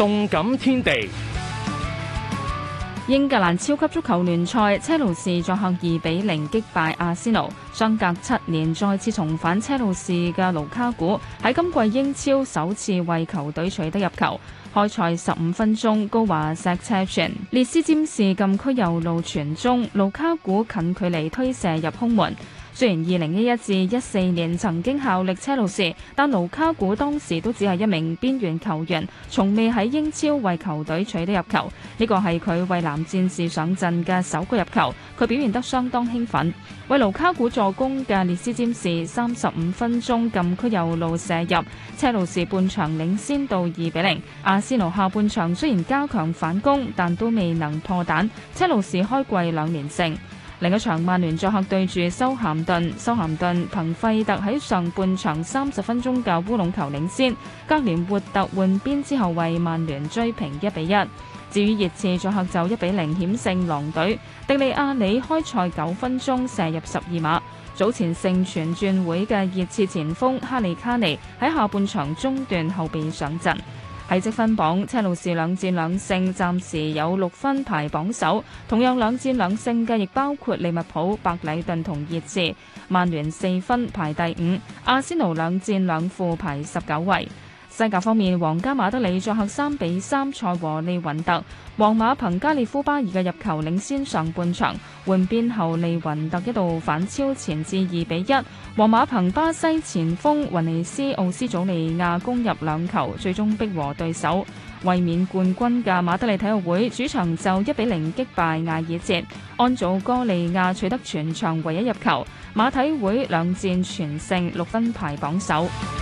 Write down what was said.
動感天地。 英格蘭超級足球聯賽，車路士作客2-0擊敗阿仙奴。相隔7年再次重返車路士嘅盧卡古喺今季英超首次為球隊取得入球。開賽15分鐘，高華石斜傳，列斯占士禁區右路傳中，盧卡古近距離推射入空門。雖然2011至14年曾經效力車路士，但盧卡古當時都只係一名邊緣球員，從未喺英超為球隊取得入球。呢個係佢為藍戰士上陣嘅首個入球，佢表現得相當興奮。為盧卡古助攻嘅列斯占士35分鐘禁區右路射入，車路士半場領先到2-0。阿仙奴下半場雖然加強反攻，但都未能破蛋。車路士開季2連勝。另一場曼聯作客對住修咸頓，修咸頓憑費特喺上半場30分鐘嘅烏龍球領先，格連活特換邊之後為曼聯追平1-1。至於熱刺作客就1-0險勝狼隊，迪利亞里開賽9分鐘射入12碼。早前盛傳轉會嘅熱刺前鋒哈利卡尼喺下半場中段後備上陣。喺積分榜，車路士2戰2勝，暫時有6分排榜首。同樣2戰2勝嘅亦包括利物浦、白禮頓同熱刺。曼聯4分排第5，阿仙奴2戰2負排19位。西甲方面，皇家馬德里作客3-3賽和利雲特，皇馬憑加列夫巴爾嘅入球領先上半場，換邊後利雲特一度反超前至2-1，皇馬憑巴西前鋒雲尼斯奧斯祖利亞攻入2球，最終逼和對手。衛冕冠軍嘅馬德里體育會主場就1-0擊敗艾爾切，安祖哥利亞取得全場唯一入球，馬體會2戰全勝，6分排榜首。